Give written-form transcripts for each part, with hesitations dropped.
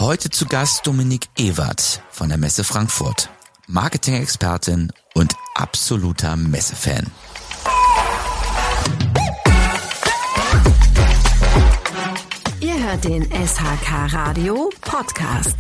Heute zu Gast Dominique Ewert von der Messe Frankfurt. Marketing-Expertin und absoluter Messefan. Ihr hört den SHK Radio Podcast.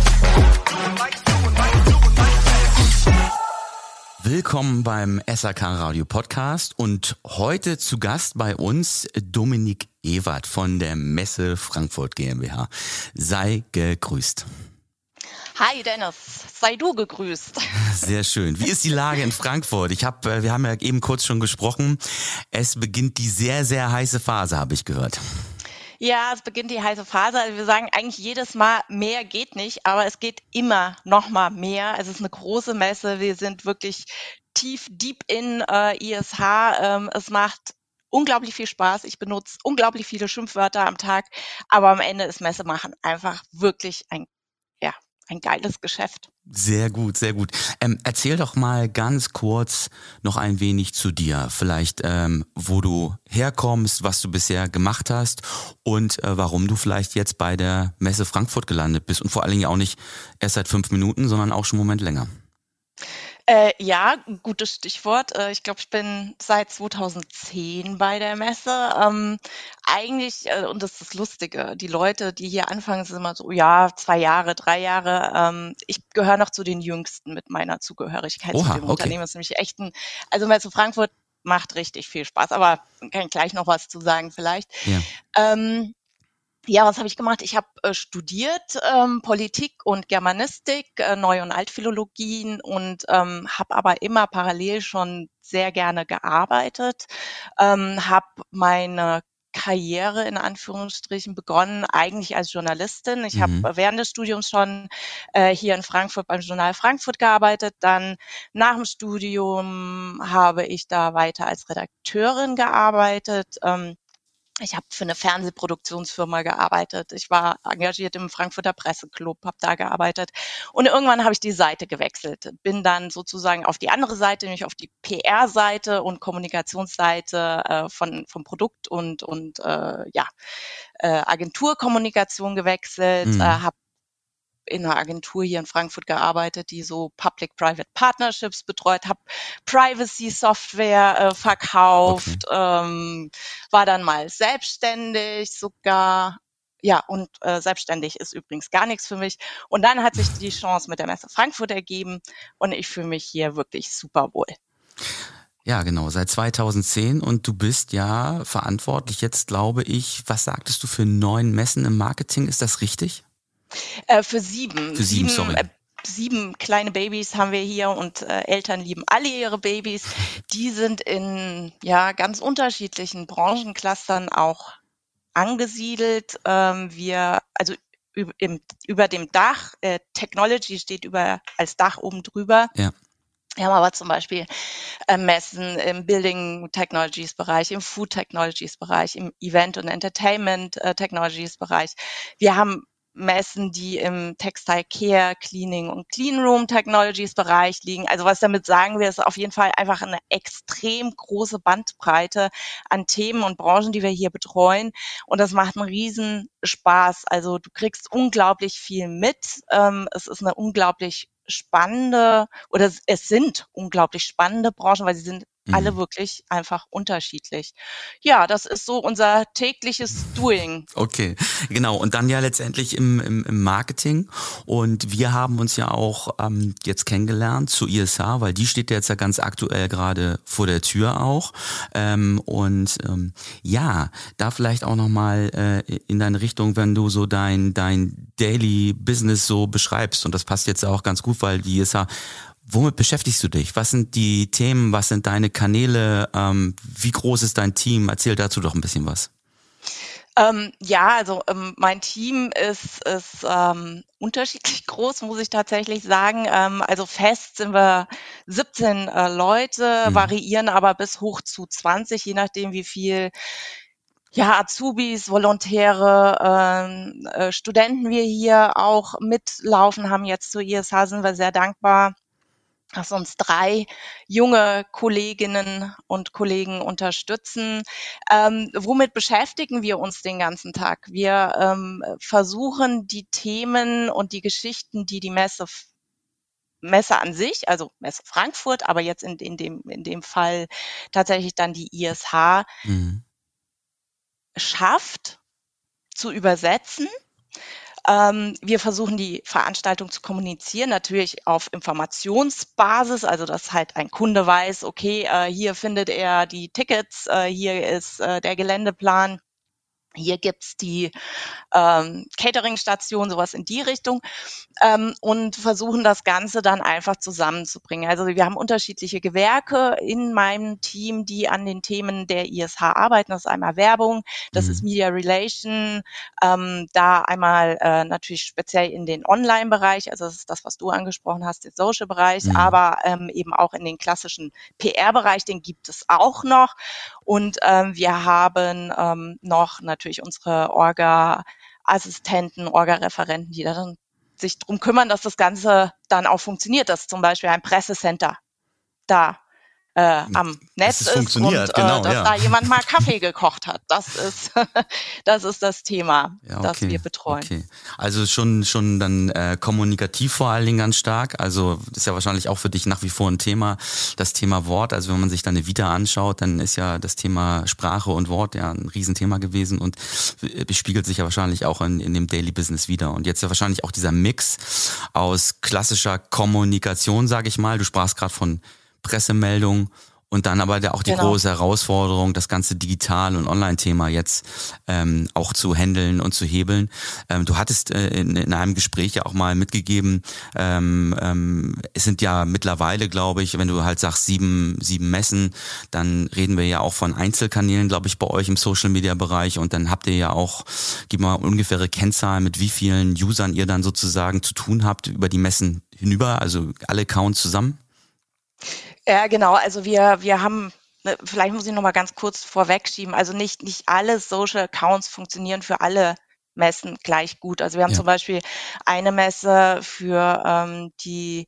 Willkommen beim SHK Radio Podcast und heute zu Gast bei uns Dominique Ewert von der Messe Frankfurt GmbH. Sei gegrüßt. Hi Dennis, sei du gegrüßt. Sehr schön. Wie ist die Lage in Frankfurt? Wir haben ja eben kurz schon gesprochen. Es beginnt die sehr, sehr heiße Phase, habe ich gehört. Ja, es beginnt die heiße Phase. Also wir sagen eigentlich jedes Mal, mehr geht nicht, aber es geht immer noch mal mehr. Es ist eine große Messe. Wir sind wirklich deep in ISH. Es macht unglaublich viel Spaß. Ich benutze unglaublich viele Schimpfwörter am Tag, aber am Ende ist Messe machen einfach wirklich ein geiles Geschäft. Sehr gut, sehr gut. Erzähl doch mal ganz kurz noch ein wenig zu dir. Vielleicht, wo du herkommst, was du bisher gemacht hast und warum du vielleicht jetzt bei der Messe Frankfurt gelandet bist und vor allen Dingen auch nicht erst seit 5 Minuten, sondern auch schon einen Moment länger. Ja, gutes Stichwort. Ich glaube, ich bin seit 2010 bei der Messe. Eigentlich, und das ist das Lustige, die Leute, die hier anfangen, sind immer so, ja, 2 Jahre, 3 Jahre. Ich gehöre noch zu den Jüngsten mit meiner Zugehörigkeit zu dem Unternehmen. Das ist nämlich echt also Messe Frankfurt macht richtig viel Spaß, aber kann ich gleich noch was zu sagen vielleicht. Ja. Ja, was habe ich gemacht? Ich habe studiert Politik und Germanistik, Neu- und Altphilologien und habe aber immer parallel schon sehr gerne gearbeitet, habe meine Karriere in Anführungsstrichen begonnen, eigentlich als Journalistin. Ich habe während des Studiums schon hier in Frankfurt beim Journal Frankfurt gearbeitet. Dann nach dem Studium habe ich da weiter als Redakteurin gearbeitet. Ich habe für eine Fernsehproduktionsfirma gearbeitet. Ich war engagiert im Frankfurter Presseclub, habe da gearbeitet. Und irgendwann habe ich die Seite gewechselt. Bin dann sozusagen auf die andere Seite, nämlich auf die PR-Seite und Kommunikationsseite vom Produkt und Agenturkommunikation gewechselt. Habe in einer Agentur hier in Frankfurt gearbeitet, die so Public-Private Partnerships betreut, habe Privacy-Software verkauft, war dann mal selbstständig sogar. Ja, und selbstständig ist übrigens gar nichts für mich. Und dann hat sich die Chance mit der Messe Frankfurt ergeben und ich fühle mich hier wirklich super wohl. Ja, genau, seit 2010 und du bist ja verantwortlich jetzt, glaube ich, was sagtest du, für 9 Messen im Marketing, ist das richtig? Für 7. Für 7, sorry. 7 kleine Babys haben wir hier und Eltern lieben alle ihre Babys. Die sind in ganz unterschiedlichen Branchenclustern auch angesiedelt. Über dem Dach, Technology steht als Dach oben drüber. Ja. Wir haben aber zum Beispiel Messen im Building Technologies Bereich, im Food Technologies Bereich, im Event und Entertainment Technologies Bereich. Wir haben Messen, die im Textile Care, Cleaning und Cleanroom Technologies Bereich liegen. Also was damit sagen wir, ist auf jeden Fall einfach eine extrem große Bandbreite an Themen und Branchen, die wir hier betreuen. Und das macht einen riesen Spaß. Also du kriegst unglaublich viel mit. Es ist eine unglaublich spannende, oder es sind unglaublich spannende Branchen, weil sie sind alle wirklich einfach unterschiedlich. Ja, das ist so unser tägliches Doing. Okay, genau. Und dann ja letztendlich im Marketing. Und wir haben uns ja auch jetzt kennengelernt zu ISH, weil die steht jetzt ja ganz aktuell gerade vor der Tür auch. Da vielleicht auch nochmal in deine Richtung, wenn du so dein Daily Business so beschreibst. Und das passt jetzt auch ganz gut, weil die ISH, womit beschäftigst du dich? Was sind die Themen? Was sind deine Kanäle? Wie groß ist dein Team? Erzähl dazu doch ein bisschen was. Mein Team ist unterschiedlich groß, muss ich tatsächlich sagen. Also fest sind wir 17 Leute, variieren aber bis hoch zu 20, je nachdem wie viel Azubis, Volontäre, Studenten wir hier auch mitlaufen haben. Jetzt zur ISH sind wir sehr dankbar. dass uns 3 junge Kolleginnen und Kollegen unterstützen. Womit beschäftigen wir uns den ganzen Tag? Wir versuchen die Themen und die Geschichten, die die Messe an sich, also Messe Frankfurt, aber jetzt in dem Fall tatsächlich dann die ISH schafft, zu übersetzen. Wir versuchen die Veranstaltung zu kommunizieren, natürlich auf Informationsbasis, also dass halt ein Kunde weiß, okay, hier findet er die Tickets, hier ist der Geländeplan, hier gibt's die Catering-Station, sowas in die Richtung, und versuchen das Ganze dann einfach zusammenzubringen. Also wir haben unterschiedliche Gewerke in meinem Team, die an den Themen der ISH arbeiten. Das ist einmal Werbung, das ist Media Relation, da einmal natürlich speziell in den Online-Bereich, also das ist das, was du angesprochen hast, den Social-Bereich, aber eben auch in den klassischen PR-Bereich, den gibt es auch noch. Und wir haben noch natürlich unsere Orga-Assistenten, Orga-Referenten, die dann sich drum kümmern, dass das Ganze dann auch funktioniert, dass zum Beispiel ein Pressecenter da am Netz ist und genau, dass da jemand mal Kaffee gekocht hat. Das ist das Thema, das wir betreuen. Okay. Also schon dann kommunikativ vor allen Dingen ganz stark. Also das ist ja wahrscheinlich auch für dich nach wie vor ein Thema, das Thema Wort. Also wenn man sich dann eine Vita anschaut, dann ist ja das Thema Sprache und Wort ja ein Riesenthema gewesen und spiegelt sich ja wahrscheinlich auch in dem Daily Business wieder. Und jetzt ja wahrscheinlich auch dieser Mix aus klassischer Kommunikation, sage ich mal. Du sprachst gerade von Pressemeldung und dann aber auch die große Herausforderung, das ganze Digital- und Online-Thema jetzt auch zu handeln und zu hebeln. Du hattest in einem Gespräch ja auch mal mitgegeben, es sind ja mittlerweile, glaube ich, wenn du halt sagst 7 Messen, dann reden wir ja auch von Einzelkanälen, glaube ich, bei euch im Social-Media-Bereich und dann habt ihr ja auch, gib mal ungefähre Kennzahlen, mit wie vielen Usern ihr dann sozusagen zu tun habt über die Messen hinüber, also alle Accounts zusammen? Ja, genau. Also wir haben, vielleicht muss ich noch mal ganz kurz vorwegschieben, also nicht alle Social Accounts funktionieren für alle Messen gleich gut. Also wir haben zum Beispiel eine Messe für die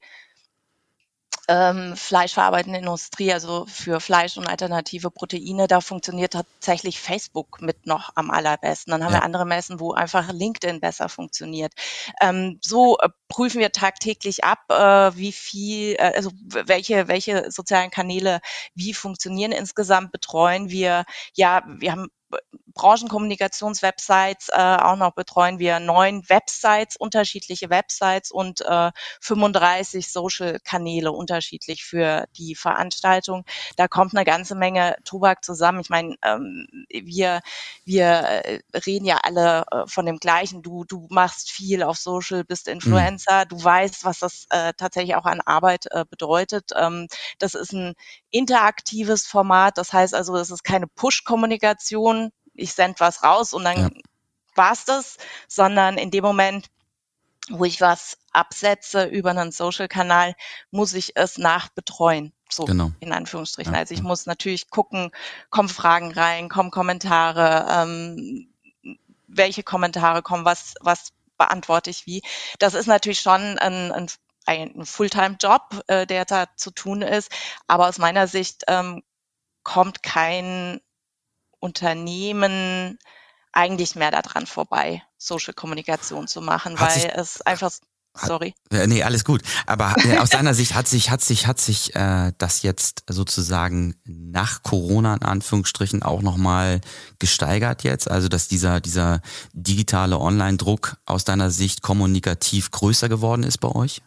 fleischverarbeitende Industrie, also für Fleisch und alternative Proteine, da funktioniert tatsächlich Facebook mit noch am allerbesten. Dann haben wir andere Messen, wo einfach LinkedIn besser funktioniert. So prüfen wir tagtäglich ab, wie viel, also welche sozialen Kanäle wie funktionieren. Insgesamt betreuen wir, wir haben Branchenkommunikationswebsites, auch noch betreuen wir 9 Websites, unterschiedliche Websites und 35 Social-Kanäle unterschiedlich für die Veranstaltung. Da kommt eine ganze Menge Tobak zusammen. Ich meine, wir reden ja alle von dem Gleichen. Du machst viel auf Social, bist Influencer, du weißt, was das tatsächlich auch an Arbeit bedeutet. Das ist ein interaktives Format, das heißt also, es ist keine Push-Kommunikation, ich sende was raus und dann war's das, sondern in dem Moment, wo ich was absetze über einen Social-Kanal, muss ich es nachbetreuen. So, in Anführungsstrichen. Also ich muss natürlich gucken, kommen Fragen rein, kommen Kommentare, welche Kommentare kommen, was beantworte ich wie. Das ist natürlich schon ein Fulltime-Job, der da zu tun ist. Aber aus meiner Sicht kommt kein Unternehmen eigentlich mehr daran vorbei, Social-Kommunikation zu machen, weil es einfach... Sorry. Nee, alles gut. Aber aus deiner Sicht hat sich das jetzt sozusagen nach Corona in Anführungsstrichen auch nochmal gesteigert jetzt? Also dass dieser digitale Online-Druck aus deiner Sicht kommunikativ größer geworden ist bei euch?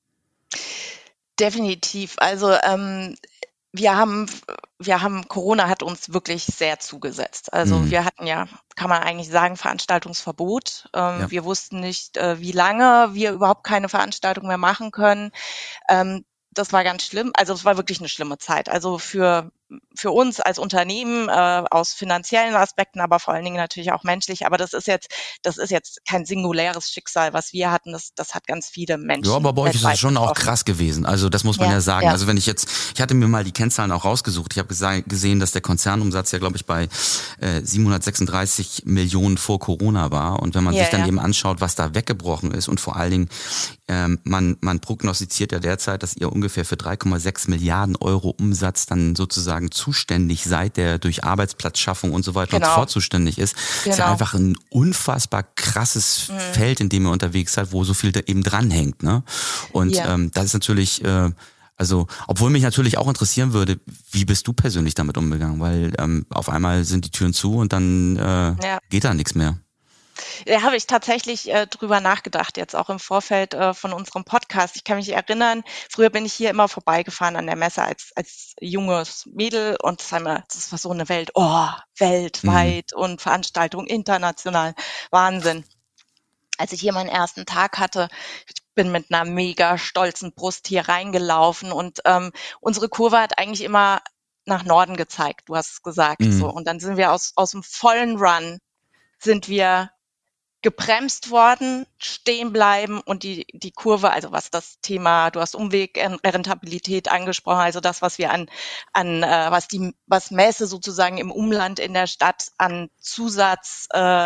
Definitiv. Also wir haben Corona hat uns wirklich sehr zugesetzt. Also wir hatten ja, kann man eigentlich sagen, Veranstaltungsverbot. Wir wussten nicht, wie lange wir überhaupt keine Veranstaltung mehr machen können. Das war ganz schlimm. Also es war wirklich eine schlimme Zeit. Also für für uns als Unternehmen aus finanziellen Aspekten, aber vor allen Dingen natürlich auch menschlich. Aber das ist jetzt kein singuläres Schicksal, was wir hatten. Das hat ganz viele Menschen. Ja, aber bei euch ist das schon betroffen. auch krass gewesen. Also das muss man ja sagen. Also wenn ich hatte mir mal die Kennzahlen auch rausgesucht. Ich habe gesehen, dass der Konzernumsatz ja, glaube ich, bei 736 Millionen vor Corona war. Und wenn man sich dann eben anschaut, was da weggebrochen ist und vor allen Dingen man prognostiziert ja derzeit, dass ihr ungefähr für 3,6 Milliarden Euro Umsatz dann sozusagen zuständig seid, der durch Arbeitsplatzschaffung und so weiter und so fort zuständig ist. Ist ja einfach ein unfassbar krasses Feld, in dem ihr unterwegs seid, wo so viel da eben dranhängt. Ne? Und das ist natürlich, also obwohl mich natürlich auch interessieren würde, wie bist du persönlich damit umgegangen? Weil auf einmal sind die Türen zu und dann geht da nichts mehr. Da habe ich tatsächlich drüber nachgedacht, jetzt auch im Vorfeld von unserem Podcast. Ich kann mich erinnern, früher bin ich hier immer vorbeigefahren an der Messe als junges Mädel und das war so eine Welt, weltweit und Veranstaltungen international, Wahnsinn. Als ich hier meinen ersten Tag hatte, ich bin mit einer mega stolzen Brust hier reingelaufen und unsere Kurve hat eigentlich immer nach Norden gezeigt, du hast es gesagt. So. Und dann sind wir aus dem vollen Run sind wir gebremst worden, stehen bleiben und die Kurve, also was das Thema, du hast Umwegrentabilität angesprochen, also das, was wir was Messe sozusagen im Umland in der Stadt an Zusatzrendite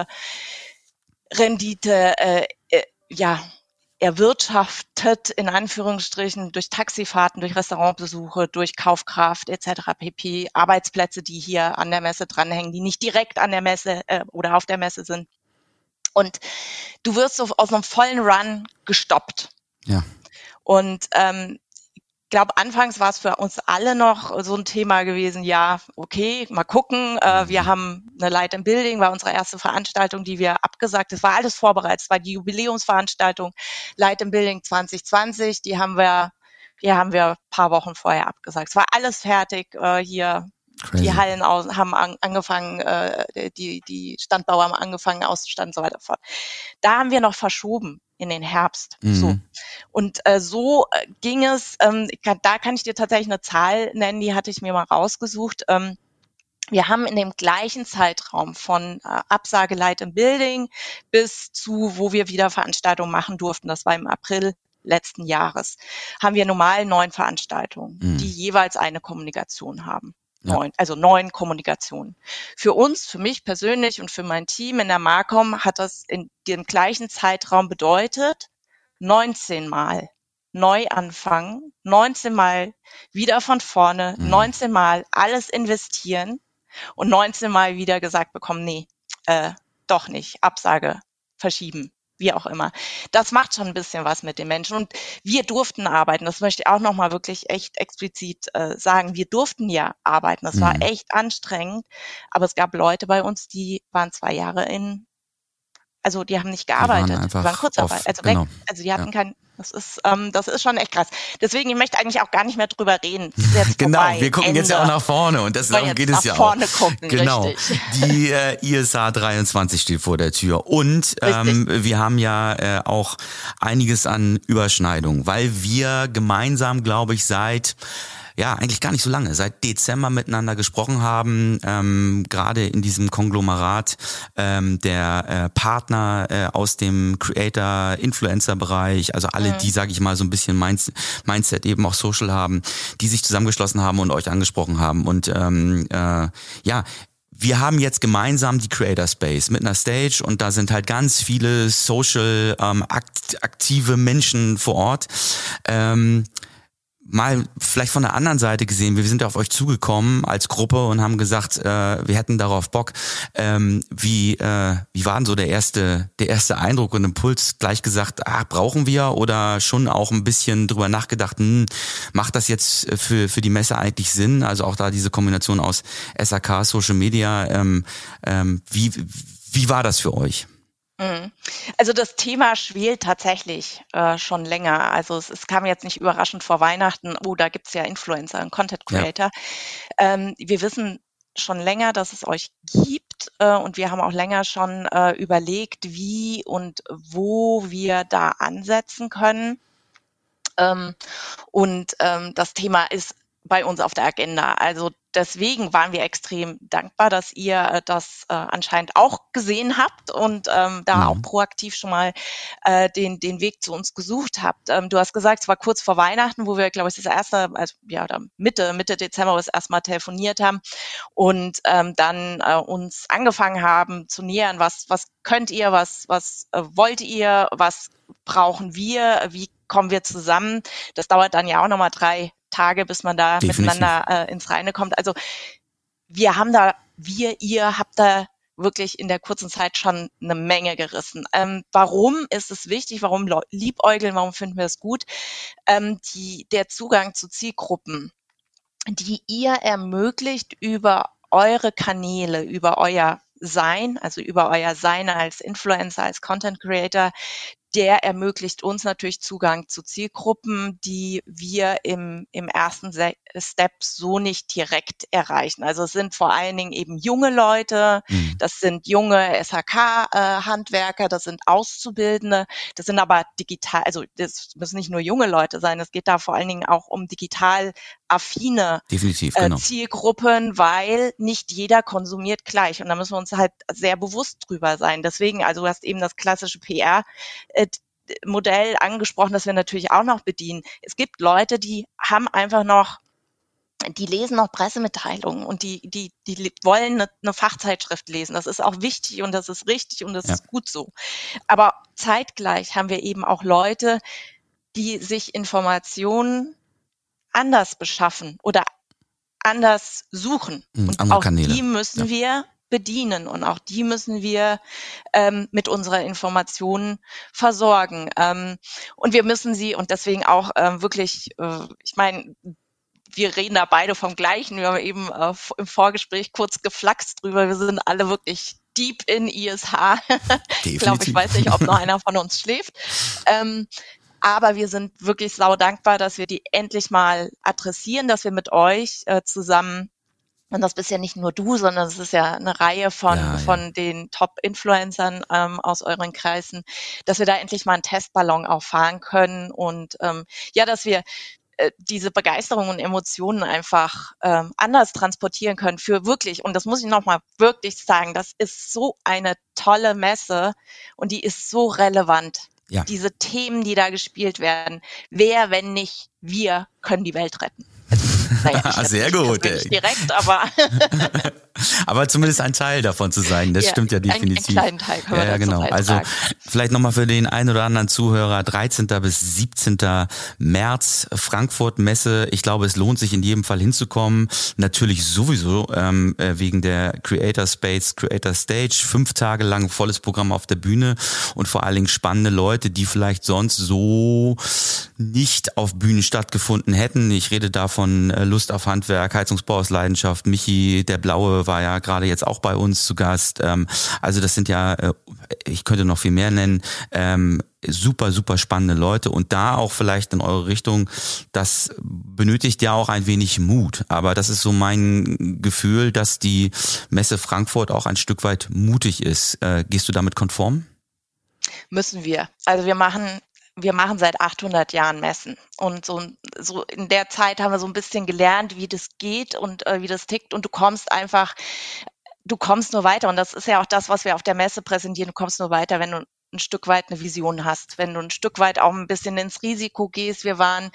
erwirtschaftet, in Anführungsstrichen, durch Taxifahrten, durch Restaurantbesuche, durch Kaufkraft etc. pp. Arbeitsplätze, die hier an der Messe dranhängen, die nicht direkt an der Messe oder auf der Messe sind. Und du wirst so aus einem vollen Run gestoppt. Ja. Und ich glaube, anfangs war es für uns alle noch so ein Thema gewesen, ja, okay, mal gucken. Wir haben eine Light in Building, war unsere erste Veranstaltung, die wir abgesagt. Das war alles vorbereitet. Es war die Jubiläumsveranstaltung Light in Building 2020. Die haben wir ein paar Wochen vorher abgesagt. Es war alles fertig hier. Crazy. Die Hallen haben angefangen, die Standbauer haben angefangen auszustatten und so weiter und so fort. Da haben wir noch verschoben in den Herbst. So. Und so ging es, da kann ich dir tatsächlich eine Zahl nennen, die hatte ich mir mal rausgesucht. Wir haben in dem gleichen Zeitraum von Absage Light in Building bis zu, wo wir wieder Veranstaltungen machen durften, das war im April letzten Jahres, haben wir normal 9 Veranstaltungen, die jeweils eine Kommunikation haben. 9 Kommunikationen. Für uns, für mich persönlich und für mein Team in der Marcom hat das in dem gleichen Zeitraum bedeutet, 19 Mal neu anfangen, 19 Mal wieder von vorne, 19 Mal alles investieren und 19 Mal wieder gesagt bekommen, nee, doch nicht, Absage, verschieben. Wie auch immer. Das macht schon ein bisschen was mit den Menschen. Und wir durften arbeiten. Das möchte ich auch nochmal wirklich echt explizit sagen. Wir durften ja arbeiten. Das war echt anstrengend. Aber es gab Leute bei uns, die waren 2 Jahre also die haben nicht gearbeitet. Die waren Kurzarbeit. Also weg. Also die hatten das ist schon echt krass. Deswegen, ich möchte eigentlich auch gar nicht mehr drüber reden. Jetzt genau, vorbei. Wir gucken jetzt ja auch nach vorne und darum geht es ja auch. Nach vorne gucken, genau. Richtig. Die ISH 23 steht vor der Tür und wir haben ja auch einiges an Überschneidungen, weil wir gemeinsam, glaube ich, eigentlich gar nicht so lange, seit Dezember miteinander gesprochen haben, gerade in diesem Konglomerat der Partner aus dem Creator-Influencer-Bereich, also alle, die, sage ich mal, so ein bisschen Mindset eben auch Social haben, die sich zusammengeschlossen haben und euch angesprochen haben. Und wir haben jetzt gemeinsam die Creator Space mit einer Stage und da sind halt ganz viele social aktive Menschen vor Ort. Mal vielleicht von der anderen Seite gesehen, wir sind auf euch zugekommen als Gruppe und haben gesagt, wir hätten darauf Bock. Wie war denn so der erste Eindruck und Impuls? Gleich gesagt, brauchen wir oder schon auch ein bisschen drüber nachgedacht, macht das jetzt für die Messe eigentlich Sinn? Also auch da diese Kombination aus SAK, Social Media, wie war das für euch? Also das Thema schwelt tatsächlich schon länger. Also es kam jetzt nicht überraschend vor Weihnachten, da gibt's ja Influencer und Content Creator. Ja. Wir wissen schon länger, dass es euch gibt und wir haben auch länger schon überlegt, wie und wo wir da ansetzen können. Und das Thema ist bei uns auf der Agenda. Also deswegen waren wir extrem dankbar, dass ihr das anscheinend auch gesehen habt und da auch proaktiv schon mal den Weg zu uns gesucht habt. Du hast gesagt, es war kurz vor Weihnachten, wo wir, glaube ich, das erste, also ja, oder Mitte Dezember das erste Mal telefoniert haben und dann uns angefangen haben zu nähern, was könnt ihr, was wollt ihr, was brauchen wir, wie kommen wir zusammen. Das dauert dann ja auch nochmal 3 Tage, bis man da miteinander ins Reine kommt. Also ihr habt da wirklich in der kurzen Zeit schon eine Menge gerissen. Warum ist es wichtig? Warum liebäugeln? Warum finden wir es gut? Der Zugang zu Zielgruppen, die ihr ermöglicht über eure Kanäle, über euer Sein, also über euer Sein als Influencer, als Content Creator, der ermöglicht uns natürlich Zugang zu Zielgruppen, die wir im ersten Step so nicht direkt erreichen. Also es sind vor allen Dingen eben junge Leute, das sind junge SHK-Handwerker, das sind Auszubildende, das sind aber digital, also das müssen nicht nur junge Leute sein, es geht da vor allen Dingen auch um digital affine Zielgruppen, weil nicht jeder konsumiert gleich und da müssen wir uns halt sehr bewusst drüber sein. Deswegen, also du hast eben das klassische PR-Modell angesprochen, das wir natürlich auch noch bedienen. Es gibt Leute, die lesen noch Pressemitteilungen und die wollen eine Fachzeitschrift lesen. Das ist auch wichtig und das ist richtig und das ist gut so. Aber zeitgleich haben wir eben auch Leute, die sich Informationen anders beschaffen oder anders suchen. Und auch Kanäle. Die müssen wir bedienen und auch die müssen wir mit unserer Information versorgen. Und wir müssen sie und deswegen auch wirklich, ich meine, wir reden da beide vom Gleichen. Wir haben eben im Vorgespräch kurz geflaxt drüber. Wir sind alle wirklich deep in ISH. Ich glaube, ich weiß nicht, ob noch einer von uns schläft. Aber wir sind wirklich sau dankbar, dass wir die endlich mal adressieren, dass wir mit euch zusammen, und das bist ja nicht nur du, sondern es ist ja eine Reihe von den Top-Influencern aus euren Kreisen, dass wir da endlich mal einen Testballon auch fahren können und dass wir diese Begeisterung und Emotionen einfach anders transportieren können für wirklich, und das muss ich nochmal wirklich sagen, das ist so eine tolle Messe und die ist so relevant. Ja. Diese Themen, die da gespielt werden, wer, wenn nicht wir, können die Welt retten. Sehr gut. Nicht direkt, aber aber zumindest ein Teil davon zu sein, das stimmt ja definitiv. Einen kleinen Teil können wir dazu genau. beitragen. Also vielleicht nochmal für den einen oder anderen Zuhörer, 13. bis 17. März, Frankfurt Messe. Ich glaube, es lohnt sich in jedem Fall hinzukommen. Natürlich sowieso wegen der Creator Space, Creator Stage. 5 Tage lang volles Programm auf der Bühne und vor allen Dingen spannende Leute, die vielleicht sonst so nicht auf Bühnen stattgefunden hätten. Ich rede da von Lust auf Handwerk, Heizungsbau aus Leidenschaft. Michi, der Blaue, war ja gerade jetzt auch bei uns zu Gast. Also das sind ja, ich könnte noch viel mehr nennen, super, super spannende Leute. Und da auch vielleicht in eure Richtung, das benötigt ja auch ein wenig Mut. Aber das ist so mein Gefühl, dass die Messe Frankfurt auch ein Stück weit mutig ist. Gehst du damit konform? Müssen wir. Also wir machen seit 800 Jahren Messen und so in der Zeit haben wir so ein bisschen gelernt, wie das geht und wie das tickt und du kommst nur weiter und das ist ja auch das, was wir auf der Messe präsentieren, du kommst nur weiter, wenn du ein Stück weit eine Vision hast, wenn du ein Stück weit auch ein bisschen ins Risiko gehst. Wir waren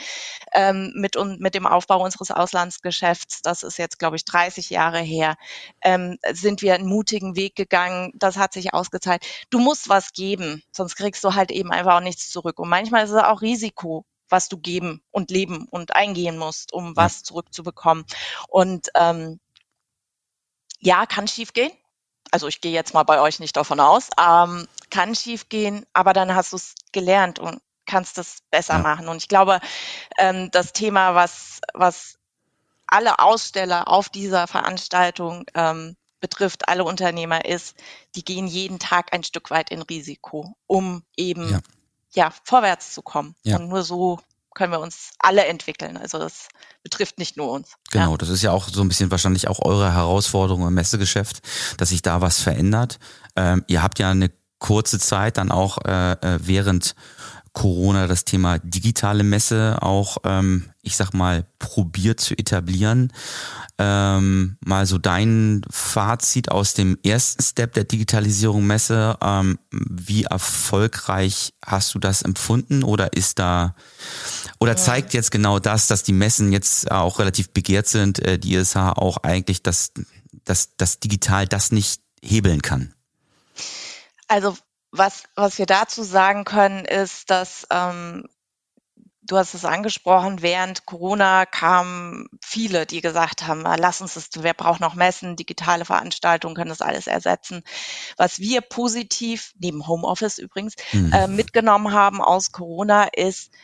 mit dem Aufbau unseres Auslandsgeschäfts, das ist jetzt, glaube ich, 30 Jahre her, sind wir einen mutigen Weg gegangen. Das hat sich ausgezahlt. Du musst was geben, sonst kriegst du halt eben einfach auch nichts zurück. Und manchmal ist es auch Risiko, was du geben und leben und eingehen musst, um was zurückzubekommen. Und kann schief gehen. Also ich gehe jetzt mal bei euch nicht davon aus, kann schief gehen, aber dann hast du es gelernt und kannst es besser machen. Und ich glaube, das Thema, was alle Aussteller auf dieser Veranstaltung betrifft, alle Unternehmer ist, die gehen jeden Tag ein Stück weit in Risiko, um eben vorwärts zu kommen. Ja. Und nur so können wir uns alle entwickeln. Also das betrifft nicht nur uns. Genau, das ist ja auch so ein bisschen wahrscheinlich auch eure Herausforderung im Messegeschäft, dass sich da was verändert. Ihr habt ja eine kurze Zeit dann auch während Corona das Thema digitale Messe auch, ich sag mal, probiert zu etablieren. Mal so dein Fazit aus dem ersten Step der Digitalisierung Messe. Wie erfolgreich hast du das empfunden oder zeigt jetzt genau das, dass die Messen jetzt auch relativ begehrt sind, die ISH auch eigentlich das digital das nicht hebeln kann? Also was wir dazu sagen können, ist, dass du hast es angesprochen, während Corona kamen viele, die gesagt haben, lass uns das, wer braucht noch Messen, digitale Veranstaltungen können das alles ersetzen. Was wir positiv, neben Homeoffice übrigens, mitgenommen haben aus Corona, ist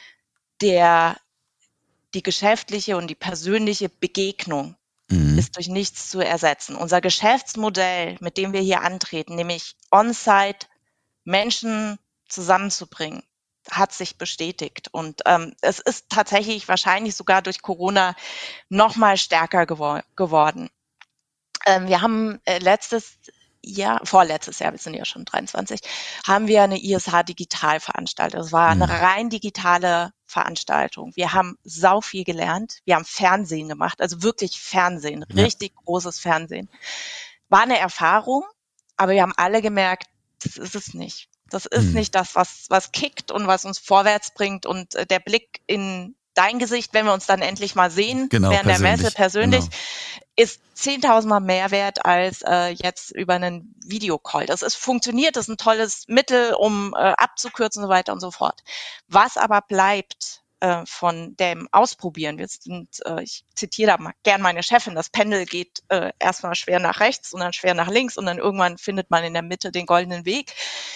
die geschäftliche und die persönliche Begegnung ist durch nichts zu ersetzen. Unser Geschäftsmodell, mit dem wir hier antreten, nämlich on-site Menschen zusammenzubringen, hat sich bestätigt. Und es ist tatsächlich wahrscheinlich sogar durch Corona noch mal stärker geworden. Wir haben vorletztes Jahr, wir sind ja schon 23, haben wir eine ISH digital veranstaltet. Das war eine rein digitale Veranstaltung. Wir haben sau viel gelernt. Wir haben Fernsehen gemacht, also wirklich Fernsehen, richtig großes Fernsehen. War eine Erfahrung, aber wir haben alle gemerkt, das ist es nicht. Das ist nicht das, was kickt und was uns vorwärts bringt und der Blick in dein Gesicht, wenn wir uns dann endlich mal sehen, während der Messe persönlich, ist 10.000 Mal mehr wert als jetzt über einen Videocall. Funktioniert, das ist ein tolles Mittel, um abzukürzen und so weiter und so fort. Was aber bleibt von dem Ausprobieren, ich zitiere da mal gern meine Chefin, das Pendel geht erstmal schwer nach rechts und dann schwer nach links und dann irgendwann findet man in der Mitte den goldenen Weg.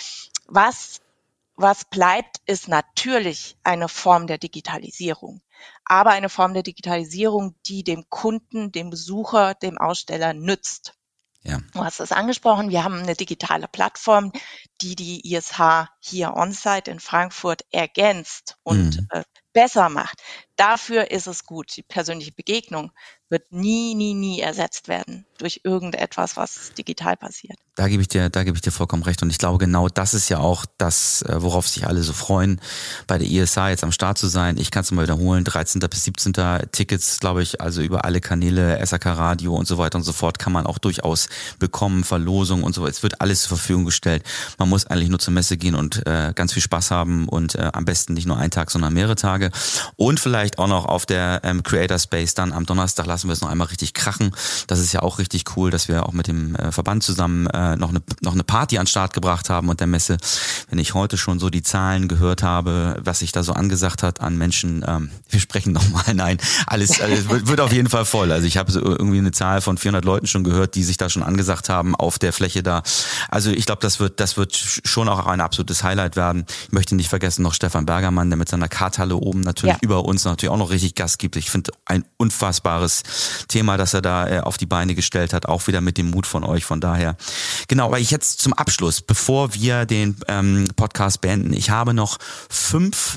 Was bleibt, ist natürlich eine Form der Digitalisierung, aber eine Form der Digitalisierung, die dem Kunden, dem Besucher, dem Aussteller nützt. Ja. Du hast es angesprochen, wir haben eine digitale Plattform, die ISH hier on-site in Frankfurt ergänzt und besser macht. Dafür ist es gut. Die persönliche Begegnung wird nie ersetzt werden durch irgendetwas, was digital passiert. Da gebe ich dir vollkommen recht. Und ich glaube, genau das ist ja auch das, worauf sich alle so freuen, bei der ISH jetzt am Start zu sein. Ich kann es mal wiederholen, 13. bis 17. Tickets, glaube ich, also über alle Kanäle, SHK Radio und so weiter und so fort, kann man auch durchaus bekommen, Verlosung und so. Es wird alles zur Verfügung gestellt. Man muss eigentlich nur zur Messe gehen und ganz viel Spaß haben und am besten nicht nur einen Tag, sondern mehrere Tage. Und vielleicht auch noch auf der Creator Space dann am Donnerstag lassen wir es noch einmal richtig krachen. Das ist ja auch richtig cool, dass wir auch mit dem Verband zusammen noch eine Party an den Start gebracht haben und der Messe. Wenn ich heute schon so die Zahlen gehört habe, was sich da so angesagt hat an Menschen, wir sprechen nochmal, nein, alles wird auf jeden Fall voll. Also ich habe so irgendwie eine Zahl von 400 Leuten schon gehört, die sich da schon angesagt haben auf der Fläche da. Also ich glaube, das wird schon auch ein absolutes Highlight werden. Ich möchte nicht vergessen noch Stefan Bergermann, der mit seiner Karthalle oben natürlich über uns natürlich auch noch richtig Gas gibt. Ich finde ein unfassbares Thema, das er da auf die Beine gestellt hat, auch wieder mit dem Mut von euch. Von daher, genau, aber ich jetzt zum Abschluss, bevor wir den Podcast beenden, ich habe noch 5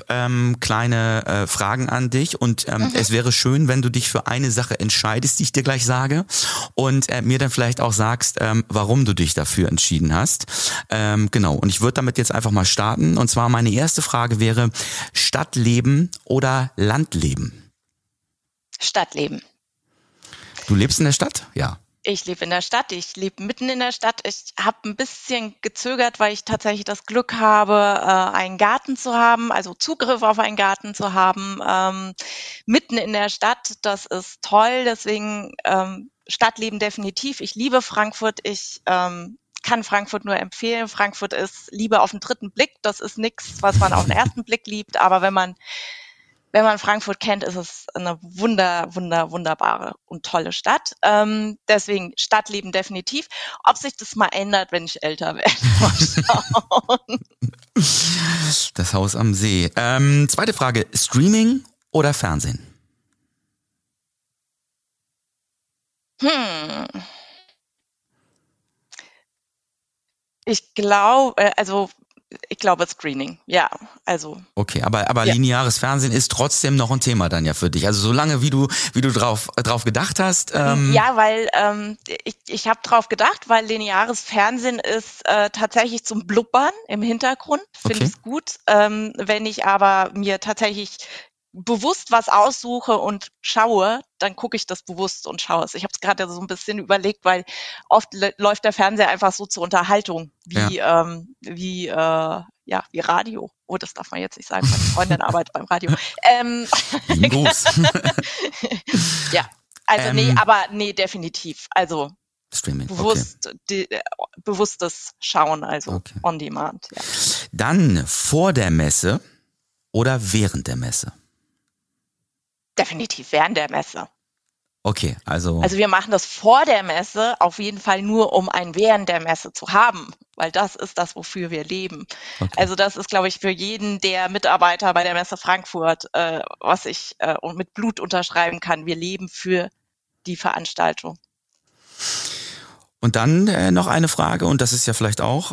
kleine Fragen an dich und es wäre schön, wenn du dich für eine Sache entscheidest, die ich dir gleich sage und mir dann vielleicht auch sagst, warum du dich dafür entschieden hast. Genau, und ich würde damit jetzt einfach mal starten und zwar meine erste Frage wäre, Stadtleben oder Landleben? Stadtleben. Du lebst in der Stadt? Ja. Ich lebe in der Stadt, ich lebe mitten in der Stadt. Ich habe ein bisschen gezögert, weil ich tatsächlich das Glück habe, einen Garten zu haben, also Zugriff auf einen Garten zu haben, mitten in der Stadt. Das ist toll, deswegen Stadtleben definitiv. Ich liebe Frankfurt, ich kann Frankfurt nur empfehlen. Frankfurt ist Liebe auf den dritten Blick. Das ist nichts, was man auf den ersten Blick liebt, aber wenn man Frankfurt kennt, ist es eine wunderbare und tolle Stadt. Deswegen Stadtleben definitiv. Ob sich das mal ändert, wenn ich älter werde, mal schauen. Das Haus am See. Zweite Frage, Streaming oder Fernsehen? Ich glaube, also Ich glaube Screening, ja, also. Okay, aber lineares Fernsehen ist trotzdem noch ein Thema dann ja für dich. Also solange wie du drauf gedacht hast. Ja, weil ich habe drauf gedacht, weil lineares Fernsehen ist tatsächlich zum Blubbern im Hintergrund, finde ich es gut. Wenn ich aber mir tatsächlich bewusst was aussuche und schaue, dann gucke ich das bewusst und schaue es. Ich habe es gerade so ein bisschen überlegt, weil oft läuft der Fernseher einfach so zur Unterhaltung, wie Radio. Oh, das darf man jetzt nicht sagen, meine Freundin arbeitet beim Radio. Lieben Gruß. Ja, also nee, definitiv. Also Streaming, bewusstes Schauen, also on demand. Ja. Dann vor der Messe oder während der Messe? Definitiv während der Messe. Okay, also wir machen das vor der Messe auf jeden Fall nur, um ein während der Messe zu haben, weil das ist das, wofür wir leben. Okay. Also das ist, glaube ich, für jeden der Mitarbeiter bei der Messe Frankfurt, was ich mit Blut unterschreiben kann. Wir leben für die Veranstaltung. Und dann noch eine Frage, und das ist ja vielleicht auch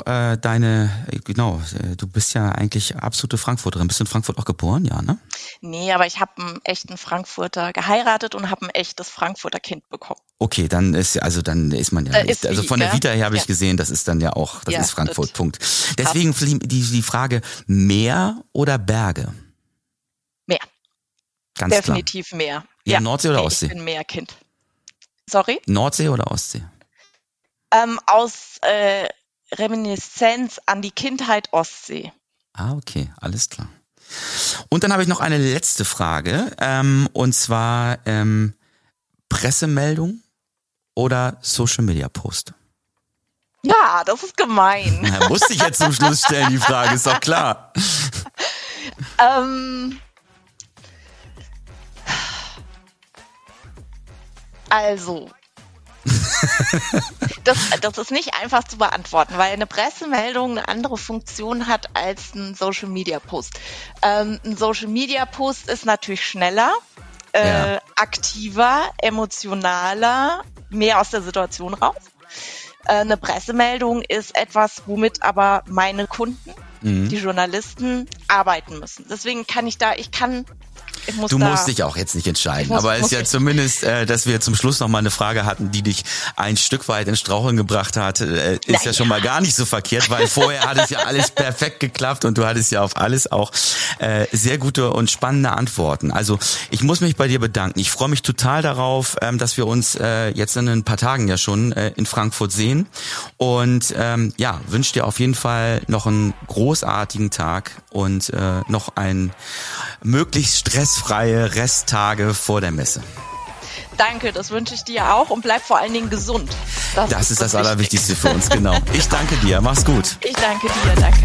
du bist ja eigentlich absolute Frankfurterin. Bist du in Frankfurt auch geboren? Ja, ne? Nee, aber ich habe einen echten Frankfurter geheiratet und habe ein echtes Frankfurter Kind bekommen. Okay, dann ist man ja, von der Vita her habe ich gesehen, das ist dann ja auch, das ist Frankfurt, das Punkt. Deswegen die Frage, Meer oder Berge? Meer. Ganz definitiv klar. Meer. Ja, Nordsee oder Ostsee? Ich bin Meerkind. Sorry? Nordsee oder Ostsee? Aus Reminiszenz an die Kindheit Ostsee. Ah, okay, alles klar. Und dann habe ich noch eine letzte Frage, und zwar Pressemeldung oder Social Media Post? Ja, das ist gemein. Na, musste ich jetzt zum Schluss stellen, die Frage, ist doch klar. Also, das ist nicht einfach zu beantworten, weil eine Pressemeldung eine andere Funktion hat als ein Social Media Post. Ein Social Media Post ist natürlich schneller, aktiver, emotionaler, mehr aus der Situation raus. Eine Pressemeldung ist etwas, womit aber meine Kunden, die Journalisten, arbeiten müssen. Deswegen Du musst dich auch jetzt nicht entscheiden, aber es ist ja zumindest, dass wir zum Schluss noch mal eine Frage hatten, die dich ein Stück weit ins Straucheln gebracht hat, ist ja schon mal gar nicht so verkehrt, weil vorher hat es ja alles perfekt geklappt und du hattest ja auf alles auch sehr gute und spannende Antworten. Also ich muss mich bei dir bedanken. Ich freue mich total darauf, dass wir uns jetzt in ein paar Tagen ja schon in Frankfurt sehen und wünsche dir auf jeden Fall noch einen großartigen Tag und noch ein möglichst stressfreie Resttage vor der Messe. Danke, das wünsche ich dir auch und bleib vor allen Dingen gesund. Das ist das Allerwichtigste für uns, genau. Ich danke dir, mach's gut. Ich danke dir, danke.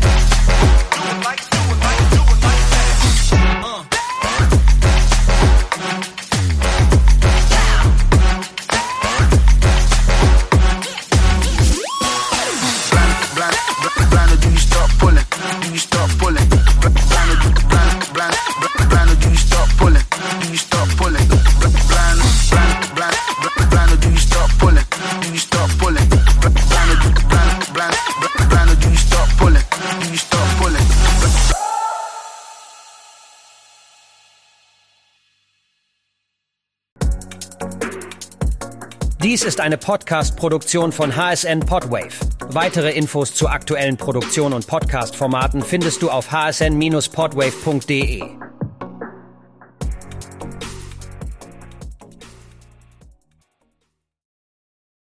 Dies ist eine Podcast-Produktion von HSN Podwave. Weitere Infos zu aktuellen Produktionen und Podcast-Formaten findest du auf hsn-podwave.de.